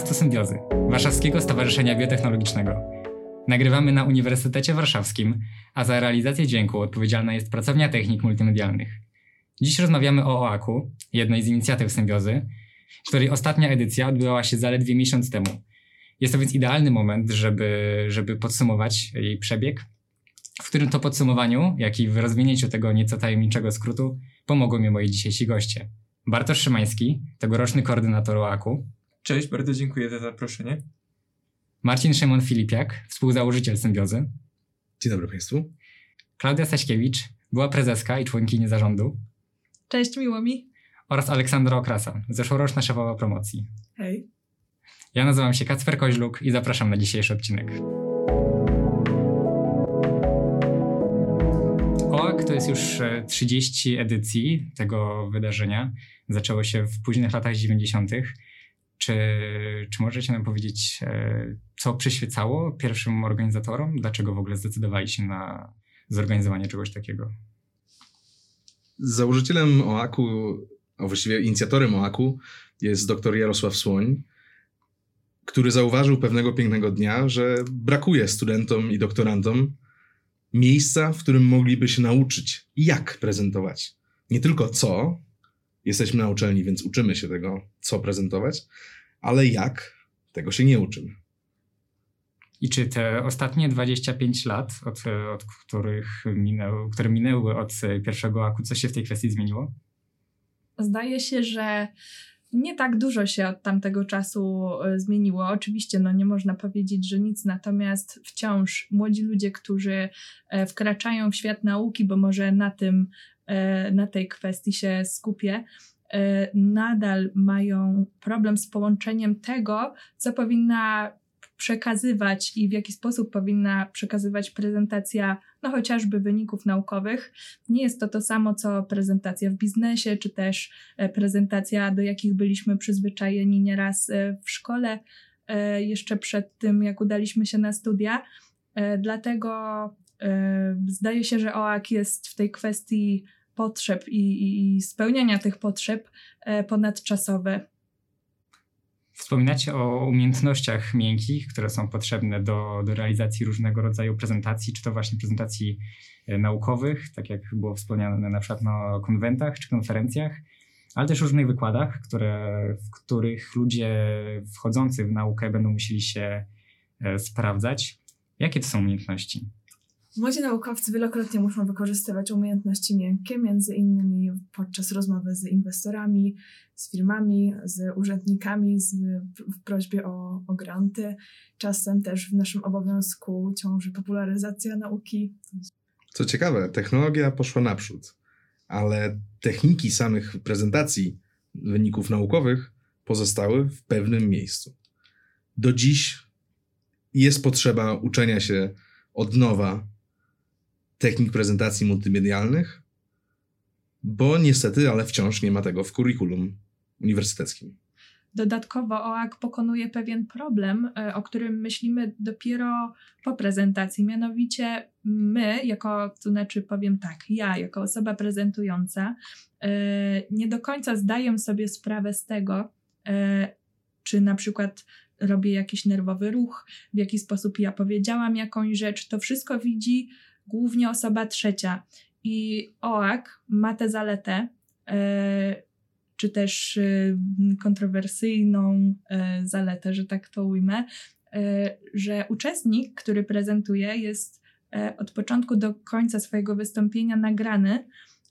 podcastu Symbiozy, Warszawskiego Stowarzyszenia Biotechnologicznego. Nagrywamy na Uniwersytecie Warszawskim, a za realizację dźwięku odpowiedzialna jest Pracownia Technik Multimedialnych. Dziś rozmawiamy o OAK-u, jednej z inicjatyw Symbiozy, której ostatnia edycja odbyła się zaledwie miesiąc temu. Jest to więc idealny moment, żeby podsumować jej przebieg, w którym to podsumowaniu, jak i w rozwinięciu tego nieco tajemniczego skrótu pomogą mi moi dzisiejsi goście. Bartosz Szymański, tegoroczny koordynator OAK-u. Cześć, bardzo dziękuję za zaproszenie. Marcin Szymon-Filipiak, współzałożyciel Symbiozy. Dzień dobry Państwu. Klaudia Staśkiewicz, była prezeska i członkini zarządu. Cześć, miło mi. Oraz Aleksandra Okrasa, zeszłoroczna szefowa promocji. Hej. Ja nazywam się Kacper Koźluk i zapraszam na dzisiejszy odcinek. OAK to jest już 30 edycji tego wydarzenia. Zaczęło się w późnych latach 90. Czy możecie nam powiedzieć, co przyświecało pierwszym organizatorom? Dlaczego w ogóle zdecydowali się na zorganizowanie czegoś takiego? Założycielem OAK-u, a właściwie inicjatorem OAK-u jest dr Jarosław Słoń, który zauważył pewnego pięknego dnia, że brakuje studentom i doktorantom miejsca, w którym mogliby się nauczyć, jak prezentować. Nie tylko co, jesteśmy na uczelni, więc uczymy się tego, co prezentować, ale jak, tego się nie uczymy. I czy te ostatnie 25 lat, które minęły od pierwszego OAK-u, co się w tej kwestii zmieniło? Zdaje się, że nie tak dużo się od tamtego czasu zmieniło. Oczywiście nie można powiedzieć, że nic, natomiast wciąż młodzi ludzie, którzy wkraczają w świat nauki, bo może na tej kwestii się skupię, nadal mają problem z połączeniem tego, co powinna przekazywać i w jaki sposób powinna przekazywać prezentacja, chociażby wyników naukowych. Nie jest to samo, co prezentacja w biznesie, czy też prezentacja, do jakich byliśmy przyzwyczajeni nieraz w szkole, jeszcze przed tym, jak udaliśmy się na studia. Dlatego zdaje się, że OAK jest w tej kwestii potrzeb i spełniania tych potrzeb ponadczasowe. Wspominacie o umiejętnościach miękkich, które są potrzebne do realizacji różnego rodzaju prezentacji, czy to właśnie prezentacji naukowych, tak jak było wspomniane na przykład na konwentach czy konferencjach, ale też różnych wykładach, w których ludzie wchodzący w naukę będą musieli się sprawdzać. Jakie to są umiejętności? Młodzi naukowcy wielokrotnie muszą wykorzystywać umiejętności miękkie, między innymi podczas rozmowy z inwestorami, z firmami, z urzędnikami, w prośbie o granty. Czasem też w naszym obowiązku ciąży popularyzacja nauki. Co ciekawe, technologia poszła naprzód, ale techniki samych prezentacji wyników naukowych pozostały w pewnym miejscu. Do dziś jest potrzeba uczenia się od nowa technik prezentacji multimedialnych, bo niestety, ale wciąż nie ma tego w curriculum uniwersyteckim. Dodatkowo OAK pokonuje pewien problem, o którym myślimy dopiero po prezentacji. Mianowicie ja jako osoba prezentująca nie do końca zdaję sobie sprawę z tego, czy na przykład robię jakiś nerwowy ruch, w jaki sposób ja powiedziałam jakąś rzecz. To wszystko widzi głównie osoba trzecia. I OAK ma tę zaletę, czy też kontrowersyjną zaletę, że tak to ujmę, że uczestnik, który prezentuje, jest od początku do końca swojego wystąpienia nagrany,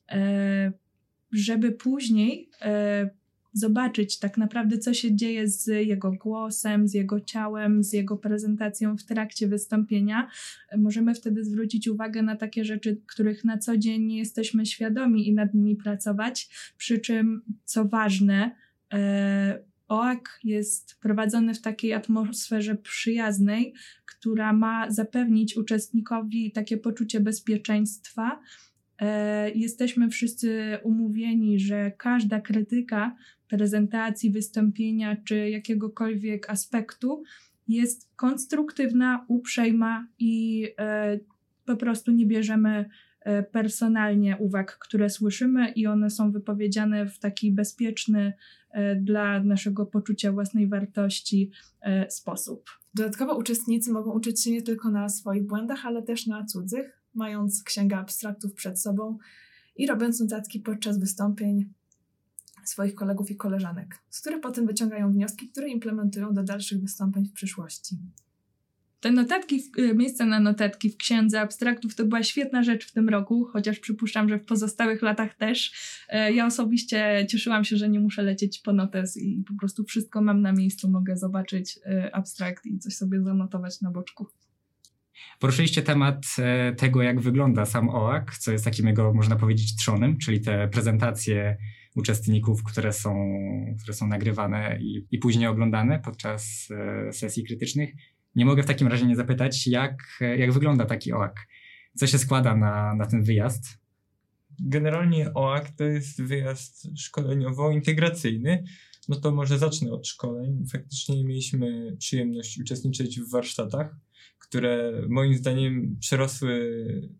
żeby później zobaczyć tak naprawdę, co się dzieje z jego głosem, z jego ciałem, z jego prezentacją w trakcie wystąpienia. Możemy wtedy zwrócić uwagę na takie rzeczy, których na co dzień nie jesteśmy świadomi i nad nimi pracować. Przy czym, co ważne, OAK jest prowadzony w takiej atmosferze przyjaznej, która ma zapewnić uczestnikowi takie poczucie bezpieczeństwa. Jesteśmy wszyscy umówieni, że każda krytyka prezentacji, wystąpienia czy jakiegokolwiek aspektu jest konstruktywna, uprzejma i po prostu nie bierzemy personalnie uwag, które słyszymy i one są wypowiedziane w taki bezpieczny dla naszego poczucia własnej wartości sposób. Dodatkowo uczestnicy mogą uczyć się nie tylko na swoich błędach, ale też na cudzych, mając księgę abstraktów przed sobą i robiąc notatki podczas wystąpień swoich kolegów i koleżanek, z których potem wyciągają wnioski, które implementują do dalszych wystąpień w przyszłości. Te notatki, miejsce na notatki w księdze abstraktów to była świetna rzecz w tym roku, chociaż przypuszczam, że w pozostałych latach też. Ja osobiście cieszyłam się, że nie muszę lecieć po notes i po prostu wszystko mam na miejscu, mogę zobaczyć abstrakt i coś sobie zanotować na boczku. Poruszyliście temat tego, jak wygląda sam OAK, co jest takim jego, można powiedzieć, trzonem, czyli te prezentacje uczestników, które są nagrywane i później oglądane podczas sesji krytycznych. Nie mogę w takim razie nie zapytać, jak wygląda taki OAK? Co się składa na ten wyjazd? Generalnie OAK to jest wyjazd szkoleniowo-integracyjny. No to może zacznę od szkoleń. Faktycznie mieliśmy przyjemność uczestniczyć w warsztatach, które moim zdaniem przerosły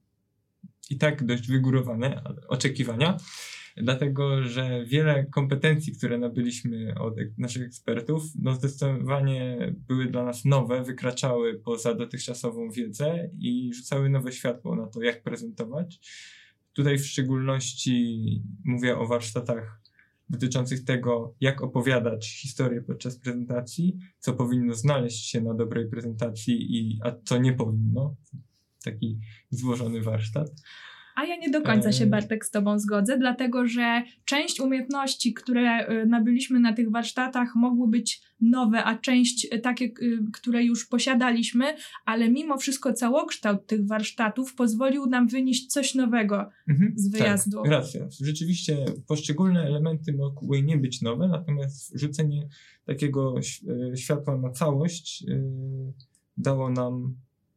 i tak dość wygórowane oczekiwania, dlatego że wiele kompetencji, które nabyliśmy od naszych ekspertów, no zdecydowanie były dla nas nowe, wykraczały poza dotychczasową wiedzę i rzucały nowe światło na to, jak prezentować. Tutaj w szczególności mówię o warsztatach dotyczących tego, jak opowiadać historię podczas prezentacji, co powinno znaleźć się na dobrej prezentacji, a co nie powinno. Taki złożony warsztat. A ja nie do końca się, Bartek, z tobą zgodzę, dlatego że część umiejętności, które nabyliśmy na tych warsztatach, mogły być nowe, a część takie, które już posiadaliśmy, ale mimo wszystko całokształt tych warsztatów pozwolił nam wynieść coś nowego z wyjazdu. Tak, racja. Rzeczywiście poszczególne elementy mogły nie być nowe, natomiast rzucenie takiego światła na całość dało nam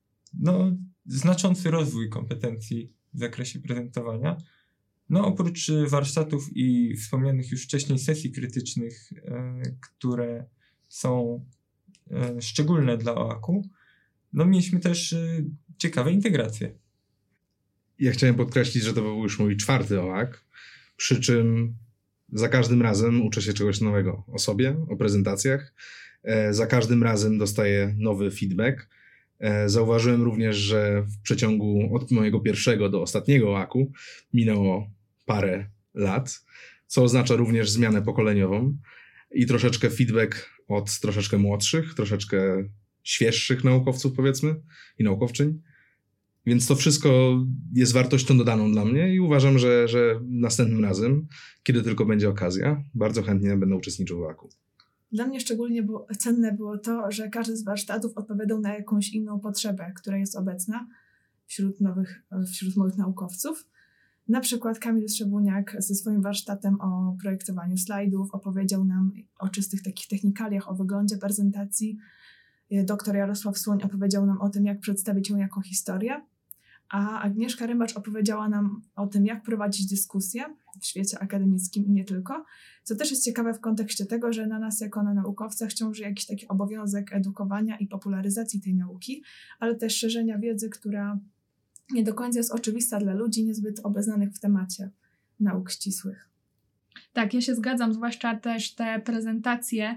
znaczący rozwój kompetencji w zakresie prezentowania. No oprócz warsztatów i wspomnianych już wcześniej sesji krytycznych, które są szczególne dla OAK-u, no mieliśmy też ciekawe integracje. Ja chciałem podkreślić, że to był już mój 4. OAK, przy czym za każdym razem uczę się czegoś nowego o sobie, o prezentacjach. Za każdym razem dostaję nowy feedback. Zauważyłem również, że w przeciągu od mojego pierwszego do ostatniego OAK-u minęło parę lat, co oznacza również zmianę pokoleniową i troszeczkę feedback od troszeczkę młodszych, troszeczkę świeższych naukowców, powiedzmy, i naukowczyń. Więc to wszystko jest wartością dodaną dla mnie i uważam, że następnym razem, kiedy tylko będzie okazja, bardzo chętnie będę uczestniczył w OAK-u. Dla mnie szczególnie cenne było to, że każdy z warsztatów odpowiadał na jakąś inną potrzebę, która jest obecna wśród młodych naukowców. Na przykład Kamil Szczebuniak ze swoim warsztatem o projektowaniu slajdów opowiedział nam o czystych takich technikaliach, o wyglądzie prezentacji. Doktor Jarosław Słoń opowiedział nam o tym, jak przedstawić ją jako historię, a Agnieszka Rybacz opowiedziała nam o tym, jak prowadzić dyskusję w świecie akademickim i nie tylko, co też jest ciekawe w kontekście tego, że na nas jako na naukowcach ciąży jakiś taki obowiązek edukowania i popularyzacji tej nauki, ale też szerzenia wiedzy, która nie do końca jest oczywista dla ludzi niezbyt obeznanych w temacie nauk ścisłych. Tak, ja się zgadzam, zwłaszcza też te prezentacje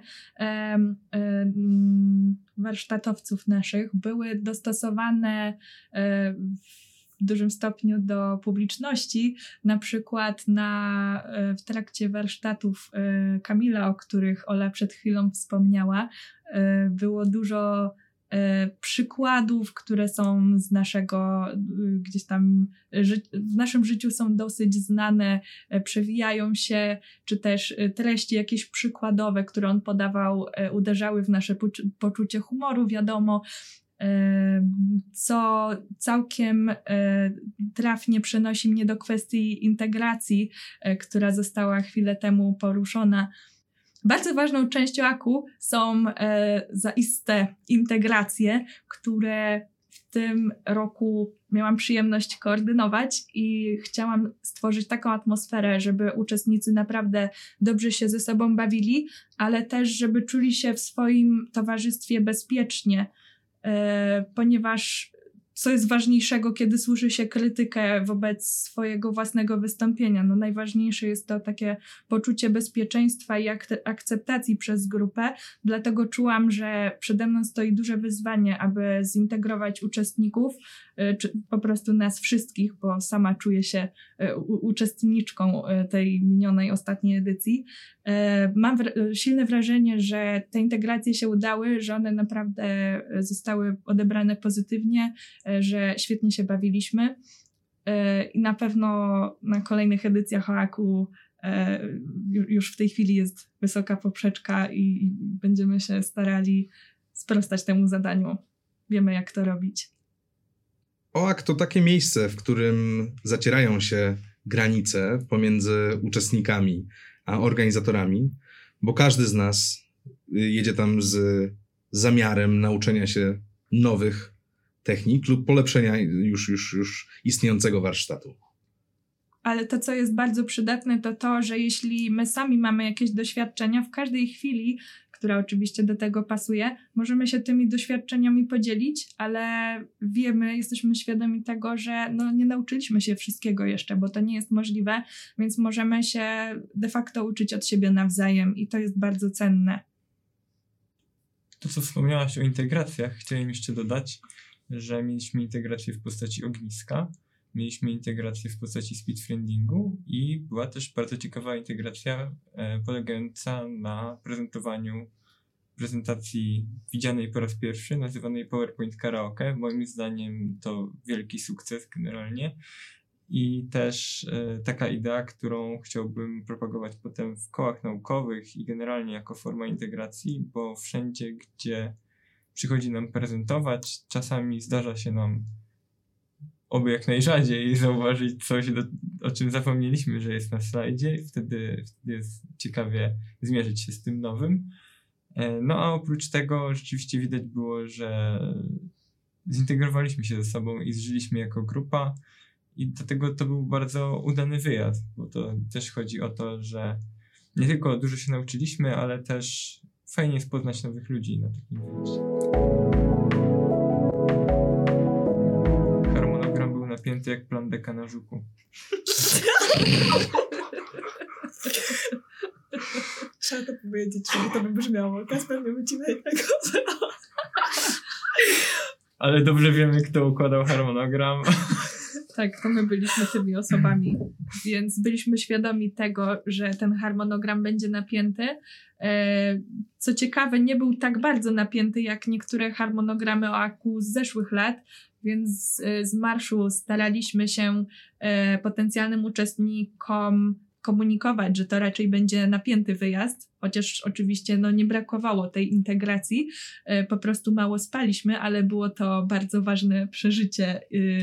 warsztatowców naszych były dostosowane w dużym stopniu do publiczności. Na przykład w trakcie warsztatów Kamila, o których Ola przed chwilą wspomniała, było dużo przykładów, które są z naszego gdzieś tam w naszym życiu są dosyć znane, przewijają się, czy też treści jakieś przykładowe, które on podawał, uderzały w nasze poczucie humoru, wiadomo, co całkiem trafnie przenosi mnie do kwestii integracji, która została chwilę temu poruszona. Bardzo ważną częścią OAK-u są zaiste integracje, które w tym roku miałam przyjemność koordynować i chciałam stworzyć taką atmosferę, żeby uczestnicy naprawdę dobrze się ze sobą bawili, ale też żeby czuli się w swoim towarzystwie bezpiecznie, ponieważ co jest ważniejszego, kiedy słyszy się krytykę wobec swojego własnego wystąpienia. No najważniejsze jest to takie poczucie bezpieczeństwa i akceptacji przez grupę, dlatego czułam, że przede mną stoi duże wyzwanie, aby zintegrować uczestników, czy po prostu nas wszystkich, bo sama czuję się uczestniczką tej minionej ostatniej edycji. Mam silne wrażenie, że te integracje się udały, że one naprawdę zostały odebrane pozytywnie, że świetnie się bawiliśmy i na pewno na kolejnych edycjach OAK-u już w tej chwili jest wysoka poprzeczka i będziemy się starali sprostać temu zadaniu. Wiemy, jak to robić. OAK to takie miejsce, w którym zacierają się granice pomiędzy uczestnikami a organizatorami, bo każdy z nas jedzie tam z zamiarem nauczenia się nowych technik lub polepszenia już istniejącego warsztatu. Ale to, co jest bardzo przydatne, to to, że jeśli my sami mamy jakieś doświadczenia, w każdej chwili, która oczywiście do tego pasuje, możemy się tymi doświadczeniami podzielić, ale wiemy, jesteśmy świadomi tego, że nie nauczyliśmy się wszystkiego jeszcze, bo to nie jest możliwe, więc możemy się de facto uczyć od siebie nawzajem i to jest bardzo cenne. To, co wspomniałaś o integracjach, chciałem jeszcze dodać, że mieliśmy integrację w postaci ogniska, mieliśmy integrację w postaci speedfriendingu i była też bardzo ciekawa integracja polegająca na prezentowaniu prezentacji widzianej po raz pierwszy, nazywanej PowerPoint Karaoke. Moim zdaniem to wielki sukces generalnie i też taka idea, którą chciałbym propagować potem w kołach naukowych i generalnie jako forma integracji, bo wszędzie, gdzie przychodzi nam prezentować, czasami zdarza się nam, oby jak najrzadziej, zauważyć coś, o czym zapomnieliśmy, że jest na slajdzie. Wtedy jest ciekawie zmierzyć się z tym nowym. No a oprócz tego rzeczywiście widać było, że zintegrowaliśmy się ze sobą i zżyliśmy jako grupa i dlatego to był bardzo udany wyjazd, bo to też chodzi o to, że nie tylko dużo się nauczyliśmy, ale też fajnie jest poznać nowych ludzi na takim wyjeździe. Harmonogram był napięty jak plan deka na żuku. Trzeba to powiedzieć, żeby to by brzmiało. Kasper nie wycinaj tego. Ale dobrze wiemy, kto układał harmonogram. Tak, to my byliśmy tymi osobami, więc byliśmy świadomi tego, że ten harmonogram będzie napięty. Co ciekawe, nie był tak bardzo napięty jak niektóre harmonogramy OAK-u z zeszłych lat, więc z marszu staraliśmy się potencjalnym uczestnikom komunikować, że to raczej będzie napięty wyjazd, chociaż oczywiście nie brakowało tej integracji, po prostu mało spaliśmy, ale było to bardzo ważne przeżycie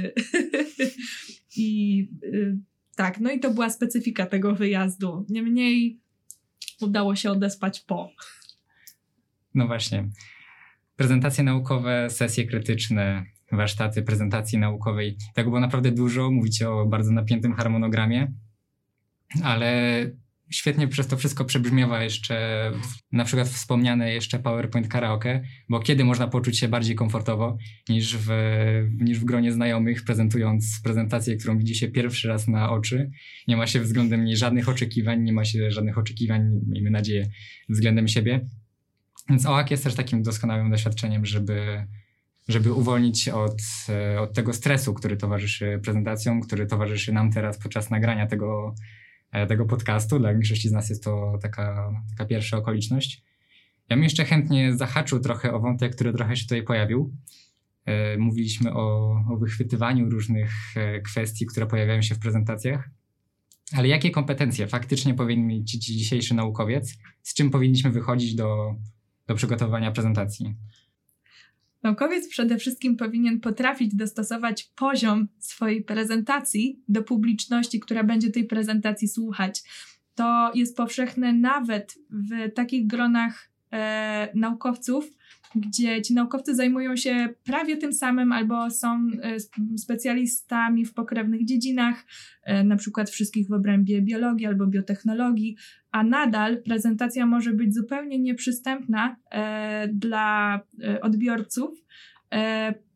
i tak, i to była specyfika tego wyjazdu. Niemniej udało się odespać po. No właśnie. Prezentacje naukowe, sesje krytyczne, warsztaty prezentacji naukowej. Tego było naprawdę dużo. Mówicie o bardzo napiętym harmonogramie, ale świetnie przez to wszystko przebrzmiewa jeszcze na przykład wspomniane jeszcze PowerPoint Karaoke, bo kiedy można poczuć się bardziej komfortowo niż w gronie znajomych, prezentując prezentację, którą widzi się pierwszy raz na oczy. Nie ma się względem niej żadnych oczekiwań, miejmy nadzieję, względem siebie. Więc OAK jest też takim doskonałym doświadczeniem, żeby uwolnić od tego stresu, który towarzyszy prezentacjom, który towarzyszy nam teraz podczas nagrania tego podcastu. Dla większości z nas jest to taka pierwsza okoliczność. Ja bym jeszcze chętnie zahaczył trochę o wątek, który trochę się tutaj pojawił. Mówiliśmy o wychwytywaniu różnych kwestii, które pojawiają się w prezentacjach. Ale jakie kompetencje faktycznie powinien mieć dzisiejszy naukowiec? Z czym powinniśmy wychodzić do przygotowania prezentacji? Naukowiec przede wszystkim powinien potrafić dostosować poziom swojej prezentacji do publiczności, która będzie tej prezentacji słuchać. To jest powszechne nawet w takich gronach naukowców, gdzie ci naukowcy zajmują się prawie tym samym albo są specjalistami w pokrewnych dziedzinach, na przykład wszystkich w obrębie biologii albo biotechnologii, a nadal prezentacja może być zupełnie nieprzystępna dla odbiorców,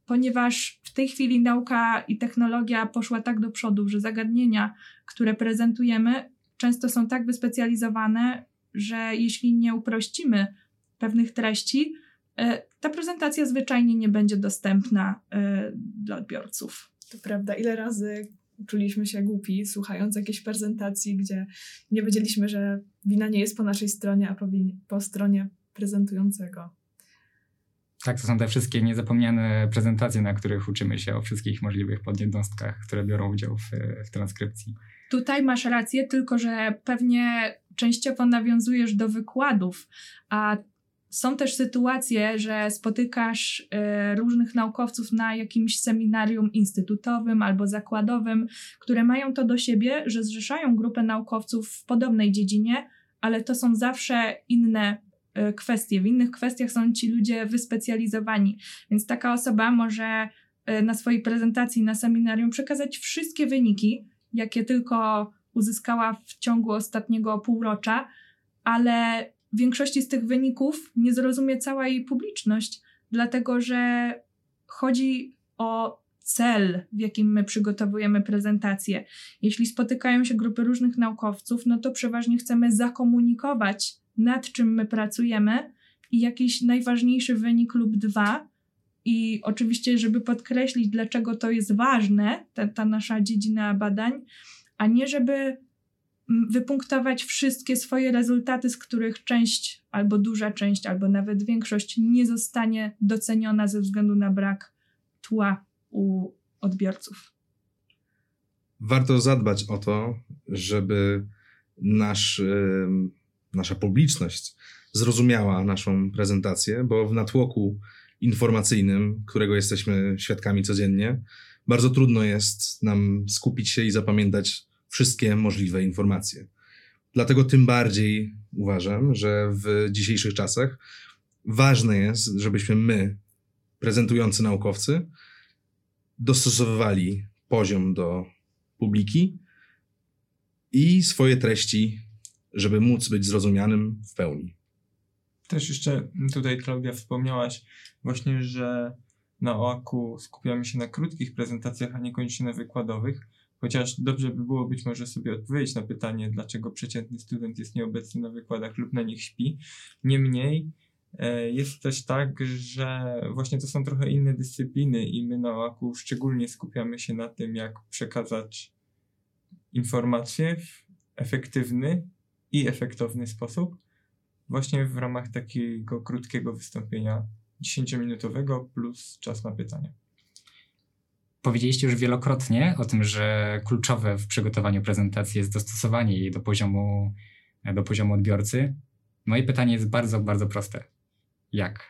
ponieważ w tej chwili nauka i technologia poszła tak do przodu, że zagadnienia, które prezentujemy, często są tak wyspecjalizowane, że jeśli nie uprościmy pewnych treści, ta prezentacja zwyczajnie nie będzie dostępna dla odbiorców. To prawda, ile razy czuliśmy się głupi, słuchając jakiejś prezentacji, gdzie nie wiedzieliśmy, że wina nie jest po naszej stronie, a po stronie prezentującego. Tak, to są te wszystkie niezapomniane prezentacje, na których uczymy się o wszystkich możliwych podjednostkach, które biorą udział w transkrypcji. Tutaj masz rację, tylko że pewnie częściowo nawiązujesz do wykładów, a są też sytuacje, że spotykasz różnych naukowców na jakimś seminarium instytutowym albo zakładowym, które mają to do siebie, że zrzeszają grupę naukowców w podobnej dziedzinie, ale to są zawsze inne kwestie. W innych kwestiach są ci ludzie wyspecjalizowani, więc taka osoba może na swojej prezentacji na seminarium przekazać wszystkie wyniki, jakie tylko uzyskała w ciągu ostatniego półrocza, ale większości z tych wyników nie zrozumie cała jej publiczność, dlatego że chodzi o cel, w jakim my przygotowujemy prezentację. Jeśli spotykają się grupy różnych naukowców, no to przeważnie chcemy zakomunikować, nad czym my pracujemy i jakiś najważniejszy wynik lub dwa. I oczywiście, żeby podkreślić, dlaczego to jest ważne, ta nasza dziedzina badań, a nie żeby wypunktować wszystkie swoje rezultaty, z których część, albo duża część, albo nawet większość nie zostanie doceniona ze względu na brak tła u odbiorców. Warto zadbać o to, żeby nasza publiczność zrozumiała naszą prezentację, bo w natłoku informacyjnym, którego jesteśmy świadkami codziennie, bardzo trudno jest nam skupić się i zapamiętać wszystkie możliwe informacje. Dlatego tym bardziej uważam, że w dzisiejszych czasach ważne jest, żebyśmy my, prezentujący naukowcy, dostosowywali poziom do publiki i swoje treści, żeby móc być zrozumianym w pełni. Też jeszcze tutaj, Klaudia, wspomniałaś właśnie, że na OAK-u skupiamy się na krótkich prezentacjach, a niekoniecznie na wykładowych, chociaż dobrze by było być może sobie odpowiedzieć na pytanie, dlaczego przeciętny student jest nieobecny na wykładach lub na nich śpi. Niemniej jest też tak, że właśnie to są trochę inne dyscypliny i my na OAK-u szczególnie skupiamy się na tym, jak przekazać informacje w efektywny i efektowny sposób, właśnie w ramach takiego krótkiego wystąpienia 10-minutowego plus czas na pytania. Powiedzieliście już wielokrotnie o tym, że kluczowe w przygotowaniu prezentacji jest dostosowanie jej do poziomu odbiorcy. Moje pytanie jest bardzo, bardzo proste. Jak?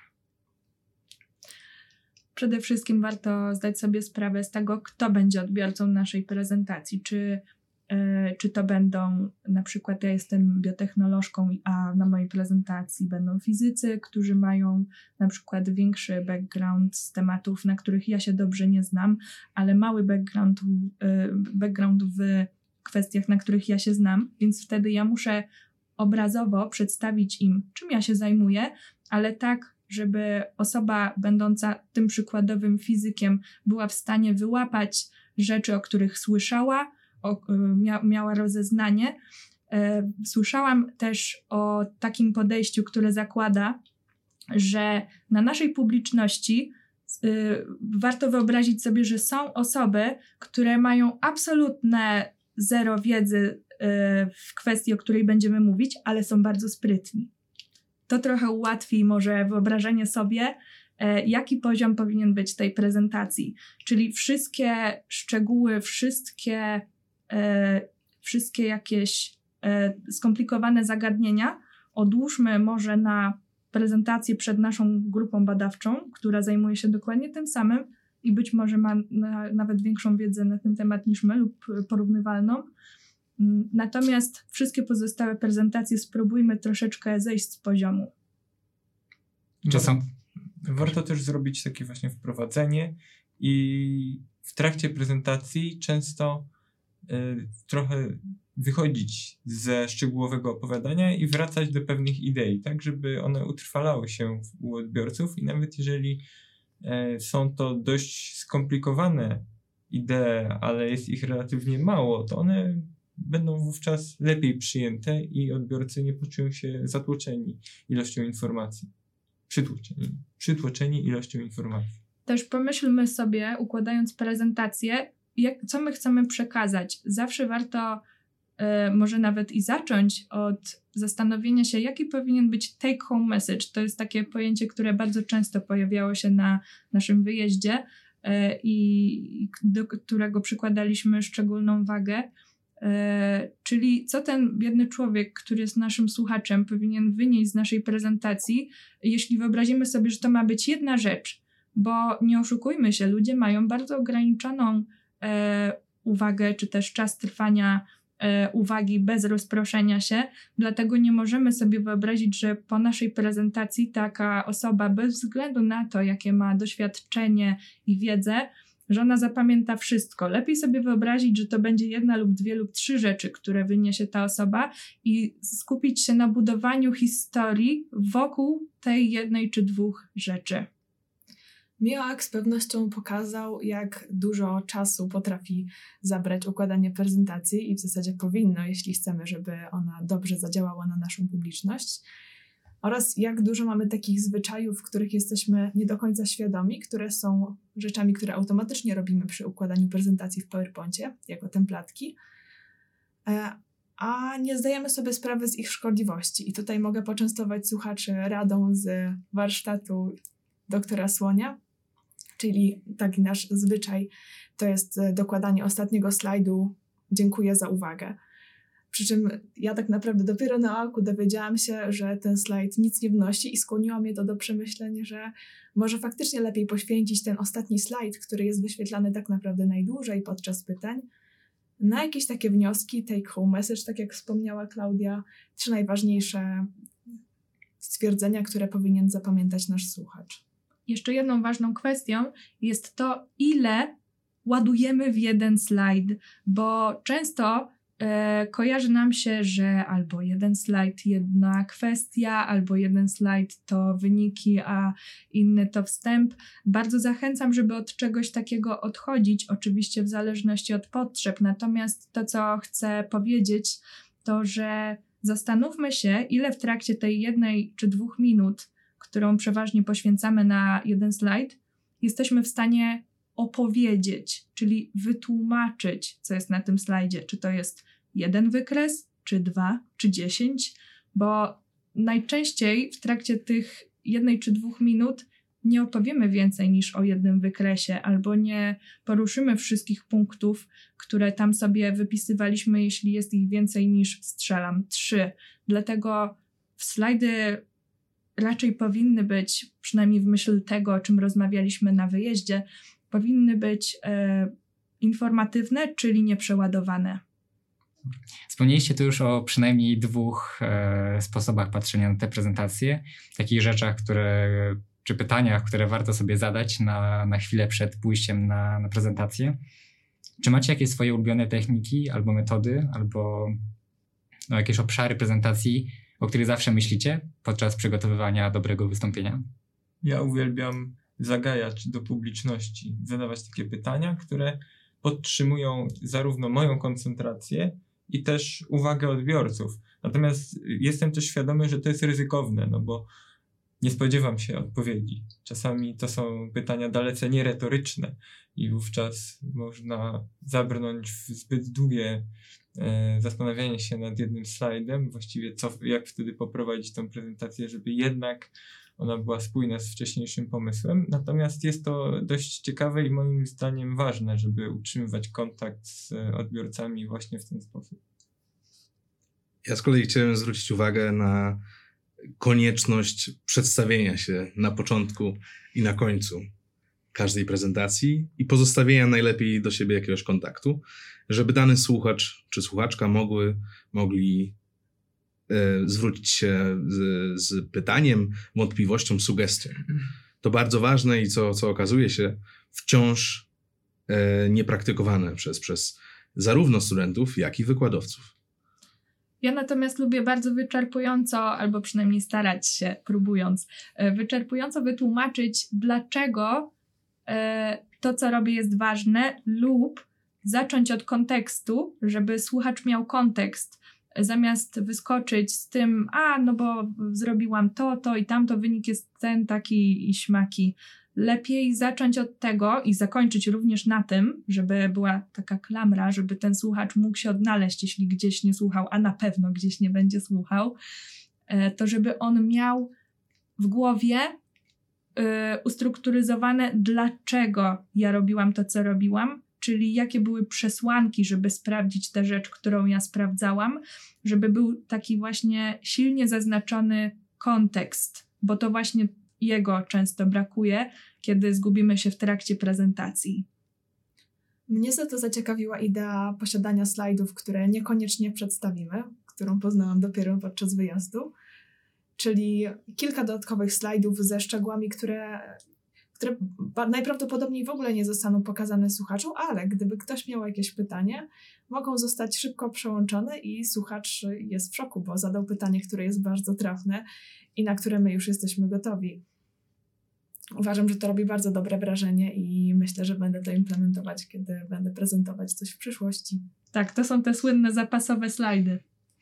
Przede wszystkim warto zdać sobie sprawę z tego, kto będzie odbiorcą naszej prezentacji. Czy to będą, na przykład ja jestem biotechnolożką, a na mojej prezentacji będą fizycy, którzy mają na przykład większy background z tematów, na których ja się dobrze nie znam, ale mały background w kwestiach, na których ja się znam, więc wtedy ja muszę obrazowo przedstawić im, czym ja się zajmuję, ale tak, żeby osoba będąca tym przykładowym fizykiem była w stanie wyłapać rzeczy, o których słyszała, miała rozeznanie. Słyszałam też o takim podejściu, które zakłada, że na naszej publiczności warto wyobrazić sobie, że są osoby, które mają absolutne zero wiedzy w kwestii, o której będziemy mówić, ale są bardzo sprytni. To trochę ułatwi może wyobrażenie sobie, jaki poziom powinien być tej prezentacji. Czyli wszystkie szczegóły, wszystkie jakieś skomplikowane zagadnienia odłóżmy może na prezentację przed naszą grupą badawczą, która zajmuje się dokładnie tym samym i być może ma nawet większą wiedzę na ten temat niż my lub porównywalną. Natomiast wszystkie pozostałe prezentacje spróbujmy troszeczkę zejść z poziomu. Warto też zrobić takie właśnie wprowadzenie i w trakcie prezentacji często trochę wychodzić ze szczegółowego opowiadania i wracać do pewnych idei, tak żeby one utrwalały się u odbiorców i nawet jeżeli są to dość skomplikowane idee, ale jest ich relatywnie mało, to one będą wówczas lepiej przyjęte i odbiorcy nie poczują się zatłoczeni ilością informacji. Przytłoczeni ilością informacji. Też pomyślmy sobie, układając prezentację, co my chcemy przekazać. Zawsze warto może nawet i zacząć od zastanowienia się, jaki powinien być take-home message. To jest takie pojęcie, które bardzo często pojawiało się na naszym wyjeździe i do którego przykładaliśmy szczególną wagę. Czyli co ten biedny człowiek, który jest naszym słuchaczem, powinien wynieść z naszej prezentacji, jeśli wyobrazimy sobie, że to ma być jedna rzecz, bo nie oszukujmy się, ludzie mają bardzo ograniczoną uwagę, czy też czas trwania uwagi bez rozproszenia się, dlatego nie możemy sobie wyobrazić, że po naszej prezentacji taka osoba, bez względu na to, jakie ma doświadczenie i wiedzę, że ona zapamięta wszystko. Lepiej sobie wyobrazić, że to będzie 1 lub 2 lub 3 rzeczy, które wyniesie ta osoba i skupić się na budowaniu historii wokół tej 1 czy 2 rzeczy. Mioak z pewnością pokazał, jak dużo czasu potrafi zabrać układanie prezentacji i w zasadzie powinno, jeśli chcemy, żeby ona dobrze zadziałała na naszą publiczność. Oraz jak dużo mamy takich zwyczajów, których jesteśmy nie do końca świadomi, które są rzeczami, które automatycznie robimy przy układaniu prezentacji w PowerPoincie, jako templatki, a nie zdajemy sobie sprawy z ich szkodliwości. I tutaj mogę poczęstować słuchaczy radą z warsztatu doktora Słonia, czyli taki nasz zwyczaj to jest dokładanie ostatniego slajdu „dziękuję za uwagę”. Przy czym ja tak naprawdę dopiero na OAK-u dowiedziałam się, że ten slajd nic nie wnosi i skłoniło mnie to do przemyślenia, że może faktycznie lepiej poświęcić ten ostatni slajd, który jest wyświetlany tak naprawdę najdłużej podczas pytań, na jakieś takie wnioski, take home message, tak jak wspomniała Klaudia, 3 najważniejsze stwierdzenia, które powinien zapamiętać nasz słuchacz. Jeszcze jedną ważną kwestią jest to, ile ładujemy w jeden slajd, bo często kojarzy nam się, że albo jeden slajd, jedna kwestia, albo jeden slajd to wyniki, a inny to wstęp. Bardzo zachęcam, żeby od czegoś takiego odchodzić, oczywiście w zależności od potrzeb. Natomiast to, co chcę powiedzieć, to, że zastanówmy się, ile w trakcie tej 1 czy 2 minut, którą przeważnie poświęcamy na jeden slajd, jesteśmy w stanie opowiedzieć, czyli wytłumaczyć, co jest na tym slajdzie. Czy to jest 1 wykres, czy 2, czy 10, bo najczęściej w trakcie tych 1 czy 2 minut nie opowiemy więcej niż o 1 wykresie, albo nie poruszymy wszystkich punktów, które tam sobie wypisywaliśmy, jeśli jest ich więcej niż, strzelam, 3. Dlatego slajdy raczej powinny być, przynajmniej w myśl tego, o czym rozmawialiśmy na wyjeździe, powinny być informatywne, czyli nieprzeładowane. Wspomnieliście tu już o przynajmniej 2 sposobach patrzenia na te prezentacje, takich rzeczach, czy pytaniach, które warto sobie zadać na chwilę przed pójściem na prezentację. Czy macie jakieś swoje ulubione techniki albo metody, albo jakieś obszary prezentacji, o których zawsze myślicie podczas przygotowywania dobrego wystąpienia? Ja uwielbiam zagajać do publiczności, zadawać takie pytania, które podtrzymują zarówno moją koncentrację i też uwagę odbiorców. Natomiast jestem też świadomy, że to jest ryzykowne, no bo nie spodziewam się odpowiedzi. Czasami to są pytania dalece nieretoryczne i wówczas można zabrnąć w zbyt długie zastanawianie się nad jednym slajdem, właściwie jak wtedy poprowadzić tą prezentację, żeby jednak ona była spójna z wcześniejszym pomysłem. Natomiast jest to dość ciekawe i moim zdaniem ważne, żeby utrzymywać kontakt z odbiorcami właśnie w ten sposób. Ja z kolei chciałem zwrócić uwagę na konieczność przedstawienia się na początku i na końcu każdej prezentacji i pozostawienia najlepiej do siebie jakiegoś kontaktu, żeby dany słuchacz czy słuchaczka mogli zwrócić się z pytaniem, wątpliwością, sugestią. To bardzo ważne i co okazuje się wciąż niepraktykowane przez zarówno studentów, jak i wykładowców. Ja natomiast lubię bardzo wyczerpująco, albo przynajmniej starać się, próbując, wyczerpująco wytłumaczyć, dlaczego to, co robię, jest ważne, lub zacząć od kontekstu, żeby słuchacz miał kontekst, zamiast wyskoczyć z tym, no bo zrobiłam to i tamto, wynik jest ten, taki i śmaki. Lepiej zacząć od tego i zakończyć również na tym, żeby była taka klamra, żeby ten słuchacz mógł się odnaleźć, jeśli gdzieś nie słuchał, a na pewno gdzieś nie będzie słuchał, to żeby on miał w głowie ustrukturyzowane, dlaczego ja robiłam to, co robiłam, czyli jakie były przesłanki, żeby sprawdzić tę rzecz, którą ja sprawdzałam, żeby był taki właśnie silnie zaznaczony kontekst, bo to właśnie jego często brakuje, kiedy zgubimy się w trakcie prezentacji. Mnie za to zaciekawiła idea posiadania slajdów, które niekoniecznie przedstawimy, którą poznałam dopiero podczas wyjazdu, czyli kilka dodatkowych slajdów ze szczegółami, które najprawdopodobniej w ogóle nie zostaną pokazane słuchaczu, ale gdyby ktoś miał jakieś pytanie, mogą zostać szybko przełączone i słuchacz jest w szoku, bo zadał pytanie, które jest bardzo trafne i na które my już jesteśmy gotowi. Uważam, że to robi bardzo dobre wrażenie i myślę, że będę to implementować, kiedy będę prezentować coś w przyszłości. Tak, to są te słynne zapasowe slajdy.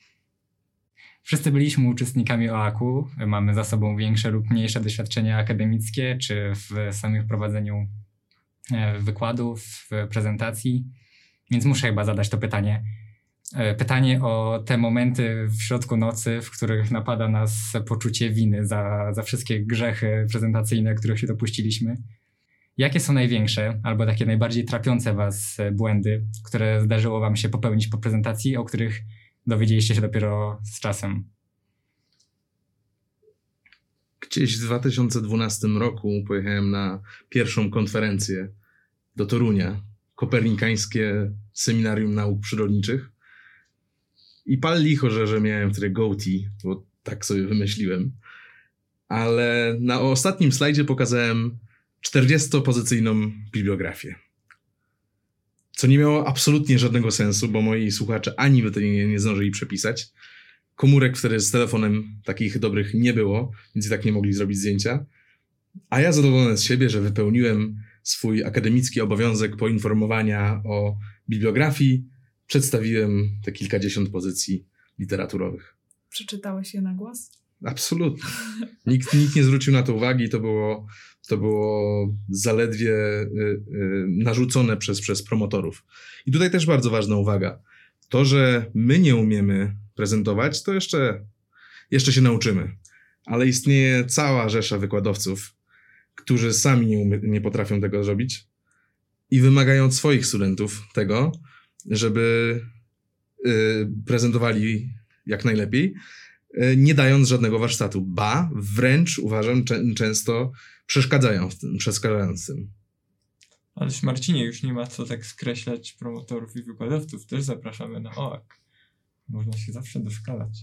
Wszyscy byliśmy uczestnikami OAK-u, mamy za sobą większe lub mniejsze doświadczenia akademickie, czy w samym prowadzeniu wykładów, prezentacji, więc muszę chyba zadać to pytanie. Pytanie o te momenty w środku nocy, w których napada nas poczucie winy za wszystkie grzechy prezentacyjne, których się dopuściliśmy. Jakie są największe albo takie najbardziej trapiące was błędy, które zdarzyło wam się popełnić po prezentacji, o których dowiedzieliście się dopiero z czasem? Gdzieś w 2012 roku pojechałem na pierwszą konferencję do Torunia, Kopernikańskie Seminarium Nauk Przyrodniczych. I pal licho, że miałem wtedy goatee, bo tak sobie wymyśliłem. Ale na ostatnim slajdzie pokazałem 40-pozycyjną bibliografię. Co nie miało absolutnie żadnego sensu, bo moi słuchacze ani by to nie zdążyli przepisać. Komórek wtedy z telefonem takich dobrych nie było, więc i tak nie mogli zrobić zdjęcia. A ja zadowolony z siebie, że wypełniłem swój akademicki obowiązek poinformowania o bibliografii, przedstawiłem te kilkadziesiąt pozycji literaturowych. Przeczytałeś je na głos? Absolutnie. Nikt nie zwrócił na to uwagi. To było zaledwie narzucone przez promotorów. I tutaj też bardzo ważna uwaga. To, że my nie umiemy prezentować, to jeszcze się nauczymy. Ale istnieje cała rzesza wykładowców, którzy sami nie potrafią tego zrobić i wymagają od swoich studentów tego, żeby prezentowali jak najlepiej, nie dając żadnego warsztatu. Ba, wręcz uważam, często przeszkadzają w tym. Ależ Marcinie, już nie ma co tak skreślać promotorów i wykładowców. Też zapraszamy na OAK. Można się zawsze doszkalać.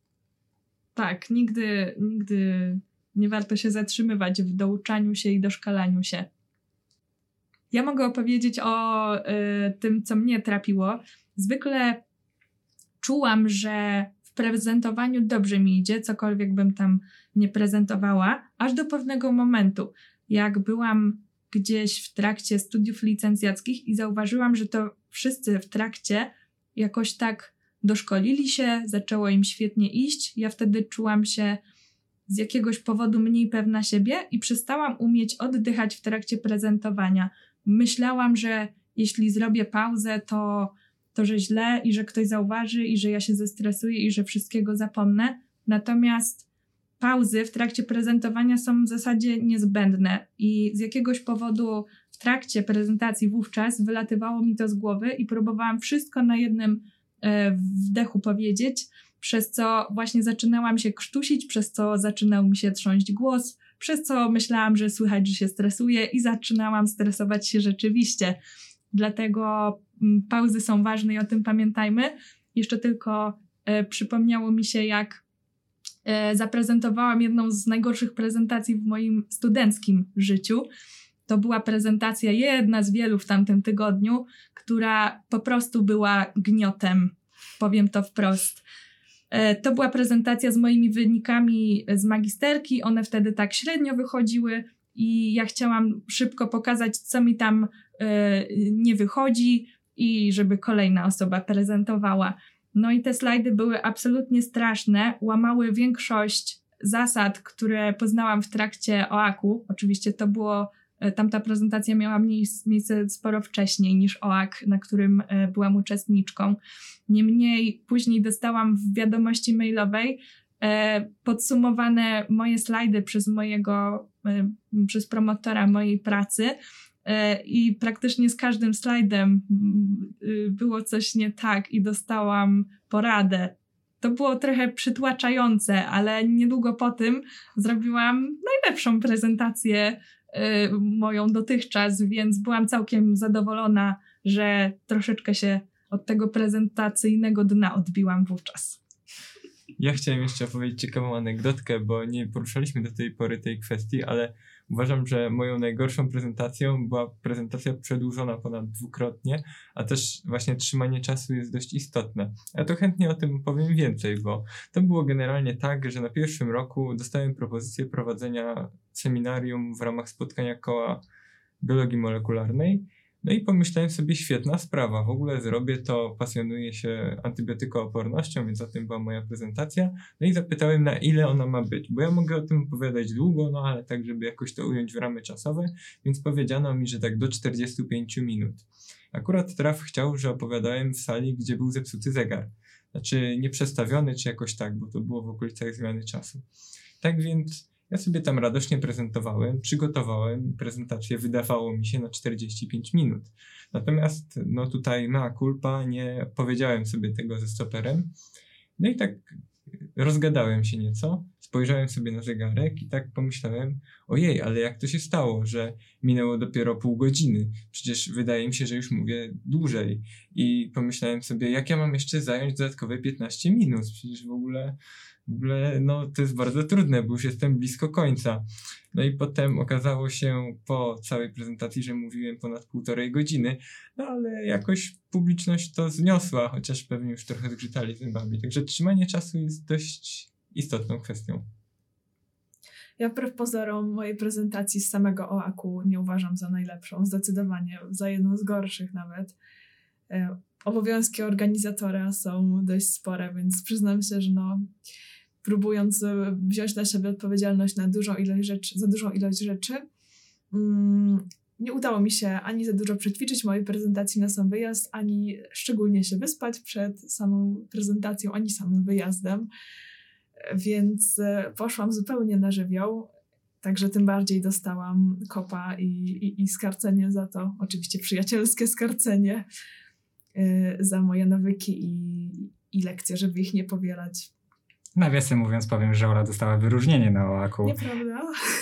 Tak, nigdy nie warto się zatrzymywać w douczaniu się i doszkalaniu się. Ja mogę opowiedzieć o tym, co mnie trapiło. Zwykle czułam, że w prezentowaniu dobrze mi idzie, cokolwiek bym tam nie prezentowała, aż do pewnego momentu, jak byłam gdzieś w trakcie studiów licencjackich i zauważyłam, że to wszyscy w trakcie jakoś tak doszkolili się, zaczęło im świetnie iść. Ja wtedy czułam się z jakiegoś powodu mniej pewna siebie i przestałam umieć oddychać w trakcie prezentowania. Myślałam, że jeśli zrobię pauzę, to że źle i że ktoś zauważy i że ja się zestresuję i że wszystkiego zapomnę. Natomiast pauzy w trakcie prezentowania są w zasadzie niezbędne i z jakiegoś powodu w trakcie prezentacji wówczas wylatywało mi to z głowy i próbowałam wszystko na jednym wdechu powiedzieć, przez co właśnie zaczynałam się krztusić, przez co zaczynał mi się trząść głos, przez co myślałam, że słychać, że się stresuję i zaczynałam stresować się rzeczywiście. Dlatego pauzy są ważne i o tym pamiętajmy. Jeszcze tylko przypomniało mi się, jak zaprezentowałam jedną z najgorszych prezentacji w moim studenckim życiu. To była prezentacja, jedna z wielu w tamtym tygodniu, która po prostu była gniotem, powiem to wprost. To była prezentacja z moimi wynikami z magisterki, one wtedy tak średnio wychodziły i ja chciałam szybko pokazać, co mi tam nie wychodzi i żeby kolejna osoba prezentowała. No i te slajdy były absolutnie straszne, łamały większość zasad, które poznałam w trakcie OAK-u. Oczywiście tamta prezentacja miała miejsce sporo wcześniej niż OAK, na którym byłam uczestniczką. Niemniej później dostałam w wiadomości mailowej podsumowane moje slajdy przez promotora mojej pracy i praktycznie z każdym slajdem było coś nie tak i dostałam poradę. To było trochę przytłaczające, ale niedługo po tym zrobiłam najlepszą prezentację moją dotychczas, więc byłam całkiem zadowolona, że troszeczkę się od tego prezentacyjnego dna odbiłam wówczas. Ja chciałem jeszcze opowiedzieć ciekawą anegdotkę, bo nie poruszaliśmy do tej pory tej kwestii, ale uważam, że moją najgorszą prezentacją była prezentacja przedłużona ponad 2-krotnie, a też właśnie trzymanie czasu jest dość istotne. Ja to chętnie o tym powiem więcej, bo to było generalnie tak, że na pierwszym roku dostałem propozycję prowadzenia seminarium w ramach spotkania koła biologii molekularnej. No i pomyślałem sobie, świetna sprawa, w ogóle zrobię to, pasjonuję się antybiotykoopornością, więc o tym była moja prezentacja. No i zapytałem, na ile ona ma być, bo ja mogę o tym opowiadać długo, no ale tak, żeby jakoś to ująć w ramy czasowe, więc powiedziano mi, że tak do 45 minut. Akurat traf chciał, że opowiadałem w sali, gdzie był zepsuty zegar. Znaczy nieprzestawiony, czy jakoś tak, bo to było w okolicach zmiany czasu. Tak więc ja sobie tam radośnie prezentowałem, przygotowałem prezentację, wydawało mi się na 45 minut. Natomiast no tutaj mea culpa, nie powiedziałem sobie tego ze stoperem. No i tak rozgadałem się nieco, spojrzałem sobie na zegarek i tak pomyślałem, ojej, ale jak to się stało, że minęło dopiero pół godziny? Przecież wydaje mi się, że już mówię dłużej. I pomyślałem sobie, jak ja mam jeszcze zająć dodatkowe 15 minut? Przecież w ogóle no to jest bardzo trudne, bo już jestem blisko końca. No i potem okazało się po całej prezentacji, że mówiłem ponad 1,5 godziny, no ale jakoś publiczność to zniosła, chociaż pewnie już trochę zgrzytali zębami. Także trzymanie czasu jest dość istotną kwestią. Ja wbrew pozorom mojej prezentacji z samego OAK-u nie uważam za najlepszą, zdecydowanie, za jedną z gorszych nawet. Obowiązki organizatora są dość spore, więc przyznam się, że próbując wziąć na siebie odpowiedzialność za dużą ilość rzeczy, nie udało mi się ani za dużo przećwiczyć mojej prezentacji na sam wyjazd, ani szczególnie się wyspać przed samą prezentacją, ani samym wyjazdem. Więc poszłam zupełnie na żywioł, także tym bardziej dostałam kopa i skarcenie za to. Oczywiście przyjacielskie skarcenie za moje nawyki i lekcje, żeby ich nie powielać. Nawiasem mówiąc powiem, że Ola dostała wyróżnienie na OAK-u. Nieprawda?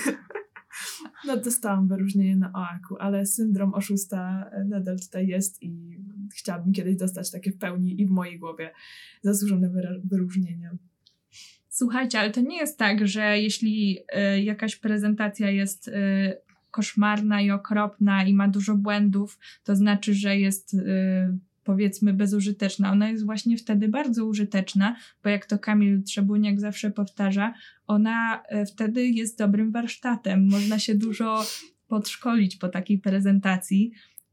Dostałam wyróżnienie na OAK-u, ale syndrom oszusta nadal tutaj jest i chciałabym kiedyś dostać takie w pełni i w mojej głowie zasłużone wyróżnienie. Słuchajcie, ale to nie jest tak, że jeśli jakaś prezentacja jest koszmarna i okropna i ma dużo błędów, to znaczy, że jest powiedzmy bezużyteczna. Ona jest właśnie wtedy bardzo użyteczna, bo jak to Kamil Trzebuniak zawsze powtarza, ona wtedy jest dobrym warsztatem. Można się dużo podszkolić po takiej prezentacji,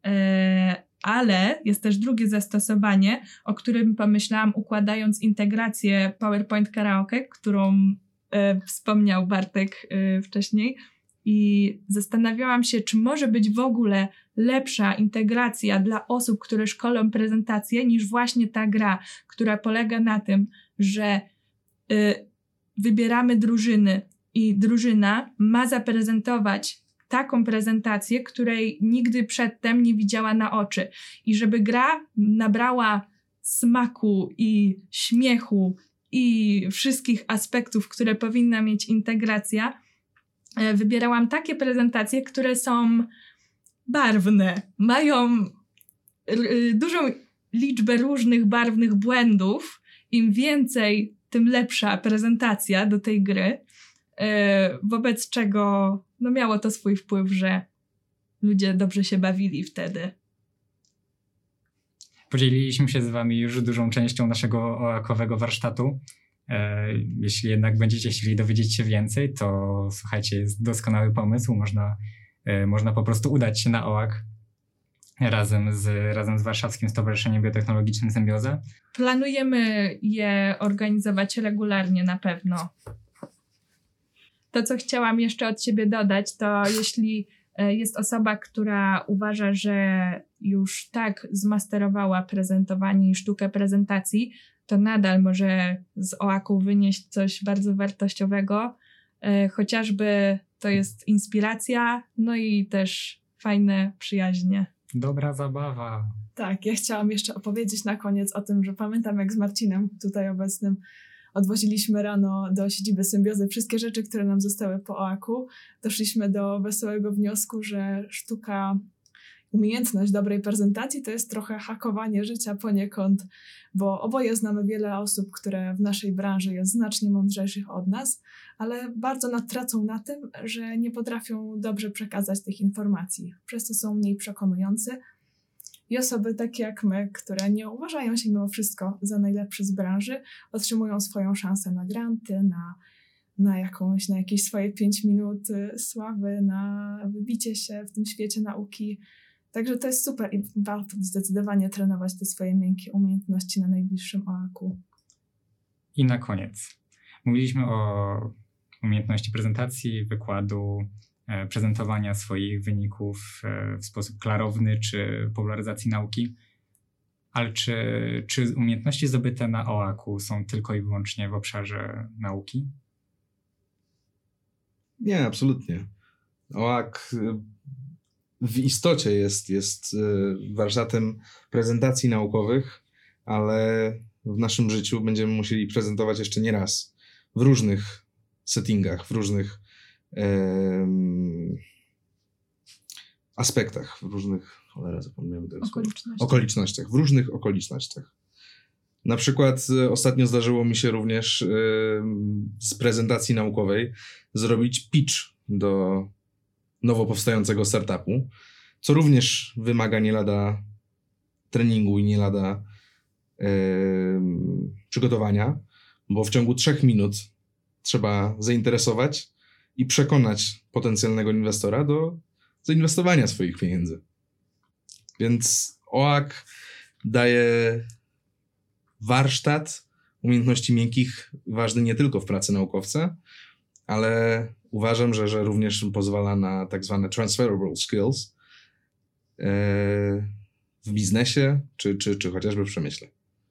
ale jest też drugie zastosowanie, o którym pomyślałam układając integrację PowerPoint Karaoke, którą wspomniał Bartek wcześniej. I zastanawiałam się, czy może być w ogóle lepsza integracja dla osób, które szkolą prezentację, niż właśnie ta gra, która polega na tym, że wybieramy drużyny i drużyna ma zaprezentować taką prezentację, której nigdy przedtem nie widziała na oczy. I żeby gra nabrała smaku i śmiechu i wszystkich aspektów, które powinna mieć integracja, wybierałam takie prezentacje, które są barwne, mają dużą liczbę różnych barwnych błędów. Im więcej, tym lepsza prezentacja do tej gry, wobec czego miało to swój wpływ, że ludzie dobrze się bawili wtedy. Podzieliliśmy się z wami już dużą częścią naszego OAK-owego warsztatu. Jeśli jednak będziecie chcieli dowiedzieć się więcej, to słuchajcie, jest doskonały pomysł. Można po prostu udać się na OAK razem z Warszawskim Stowarzyszeniem Biotechnologicznym Symbioza. Planujemy je organizować regularnie na pewno. To, co chciałam jeszcze od siebie dodać, to jeśli jest osoba, która uważa, że już tak zmasterowała prezentowanie i sztukę prezentacji, to nadal może z OAK-u wynieść coś bardzo wartościowego. Chociażby to jest inspiracja, no i też fajne przyjaźnie. Dobra zabawa. Tak, ja chciałam jeszcze opowiedzieć na koniec o tym, że pamiętam, jak z Marcinem, tutaj obecnym, odwoziliśmy rano do siedziby Symbiozy wszystkie rzeczy, które nam zostały po OAK-u. Doszliśmy do wesołego wniosku, że umiejętność dobrej prezentacji to jest trochę hakowanie życia poniekąd, bo oboje znamy wiele osób, które w naszej branży jest znacznie mądrzejszych od nas, ale bardzo tracą na tym, że nie potrafią dobrze przekazać tych informacji. Przez to są mniej przekonujący. I osoby takie jak my, które nie uważają się mimo wszystko za najlepsze z branży, otrzymują swoją szansę na granty, na jakieś swoje 5 minut sławy, na wybicie się w tym świecie nauki. Także to jest super i warto zdecydowanie trenować te swoje miękkie umiejętności na najbliższym OAK-u. I na koniec. Mówiliśmy o umiejętności prezentacji, wykładu, prezentowania swoich wyników w sposób klarowny czy popularyzacji nauki. Ale czy umiejętności zdobyte na OAK-u są tylko i wyłącznie w obszarze nauki? Nie, absolutnie. OAK w istocie jest warsztatem prezentacji naukowych, ale w naszym życiu będziemy musieli prezentować jeszcze nie raz w różnych settingach, w różnych aspektach, w różnych, zapomniałem tego okolicznościach, w różnych okolicznościach. Na przykład ostatnio zdarzyło mi się również z prezentacji naukowej zrobić pitch do nowo powstającego startupu, co również wymaga nie lada treningu i nie lada przygotowania, bo w ciągu 3 minut trzeba zainteresować i przekonać potencjalnego inwestora do zainwestowania swoich pieniędzy. Więc OAK daje warsztat umiejętności miękkich ważny nie tylko w pracy naukowca, ale uważam, że również pozwala na tak zwane transferable skills w biznesie czy chociażby w przemyśle.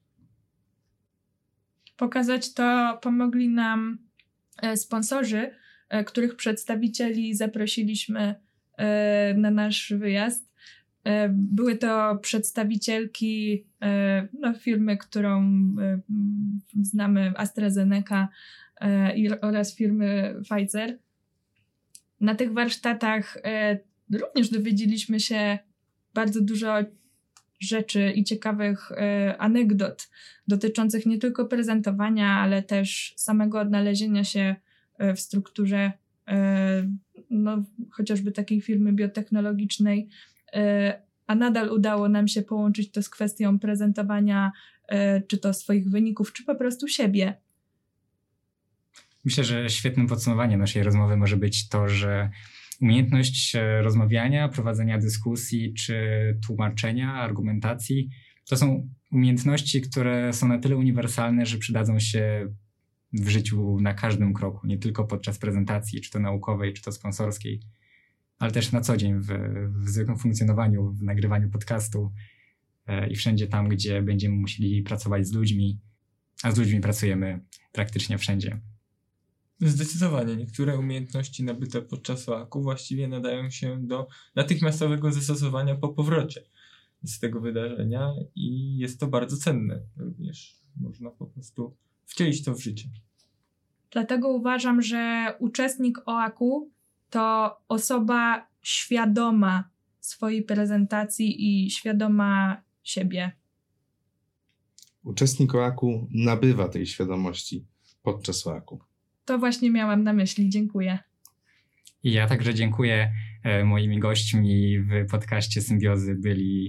Pokazać to pomogli nam sponsorzy, których przedstawicieli zaprosiliśmy na nasz wyjazd. Były to przedstawicielki firmy, którą znamy, AstraZeneca oraz firmy Pfizer. Na tych warsztatach również dowiedzieliśmy się bardzo dużo rzeczy i ciekawych anegdot dotyczących nie tylko prezentowania, ale też samego odnalezienia się w strukturze chociażby takiej firmy biotechnologicznej, a nadal udało nam się połączyć to z kwestią prezentowania czy to swoich wyników, czy po prostu siebie. Myślę, że świetnym podsumowaniem naszej rozmowy może być to, że umiejętność rozmawiania, prowadzenia dyskusji czy tłumaczenia, argumentacji to są umiejętności, które są na tyle uniwersalne, że przydadzą się w życiu na każdym kroku, nie tylko podczas prezentacji, czy to naukowej, czy to sponsorskiej, ale też na co dzień w zwykłym funkcjonowaniu, w nagrywaniu podcastu i wszędzie tam, gdzie będziemy musieli pracować z ludźmi, a z ludźmi pracujemy praktycznie wszędzie. Zdecydowanie. Niektóre umiejętności nabyte podczas OAK-u właściwie nadają się do natychmiastowego zastosowania po powrocie z tego wydarzenia i jest to bardzo cenne również. Można po prostu wcielić to w życie. Dlatego uważam, że uczestnik OAK-u to osoba świadoma swojej prezentacji i świadoma siebie. Uczestnik OAK-u nabywa tej świadomości podczas OAK-u. To właśnie miałam na myśli. Dziękuję. I ja także dziękuję. Moimi gośćmi w podcaście Symbiozy byli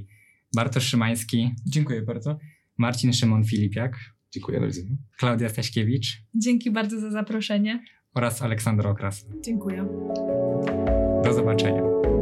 Bartosz Szymański, Dziękuję bardzo. Marcin Szymon Filipiak, Dziękuję, do widzenia. Klaudia Staśkiewicz Dzięki bardzo za zaproszenie. oraz Aleksander Okras. Dziękuję. Do zobaczenia.